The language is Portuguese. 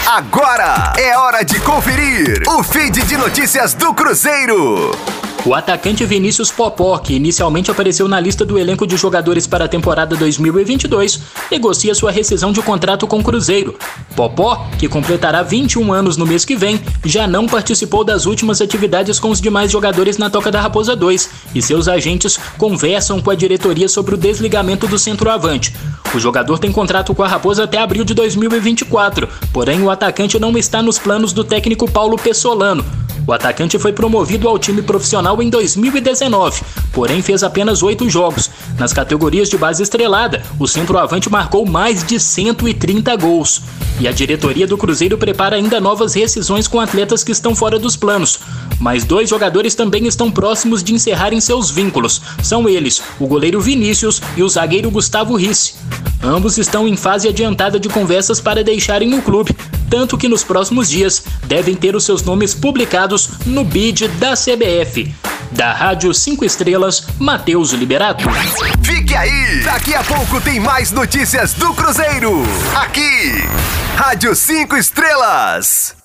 Agora é hora de conferir o feed de notícias do Cruzeiro. O atacante Vinícius Popó, que inicialmente apareceu na lista do elenco de jogadores para a temporada 2022, negocia sua rescisão de contrato com o Cruzeiro. Popó, que completará 21 anos no mês que vem, já não participou das últimas atividades com os demais jogadores na Toca da Raposa 2 e seus agentes conversam com a diretoria sobre o desligamento do centroavante. O jogador tem contrato com a Raposa até abril de 2024, porém o atacante não está nos planos do técnico Paulo Pessolano. O atacante foi promovido ao time profissional em 2019, porém fez apenas 8 jogos. Nas categorias de base estrelada, o centroavante marcou mais de 130 gols. E a diretoria do Cruzeiro prepara ainda novas rescisões com atletas que estão fora dos planos. Mas 2 jogadores também estão próximos de encerrarem seus vínculos. São eles, o goleiro Vinícius e o zagueiro Gustavo Risse. Ambos estão em fase adiantada de conversas para deixarem o clube, tanto que nos próximos dias devem ter os seus nomes publicados no bid da CBF. Da Rádio 5 Estrelas, Matheus Liberato. Fique aí! Daqui a pouco tem mais notícias do Cruzeiro. Aqui, Rádio 5 Estrelas.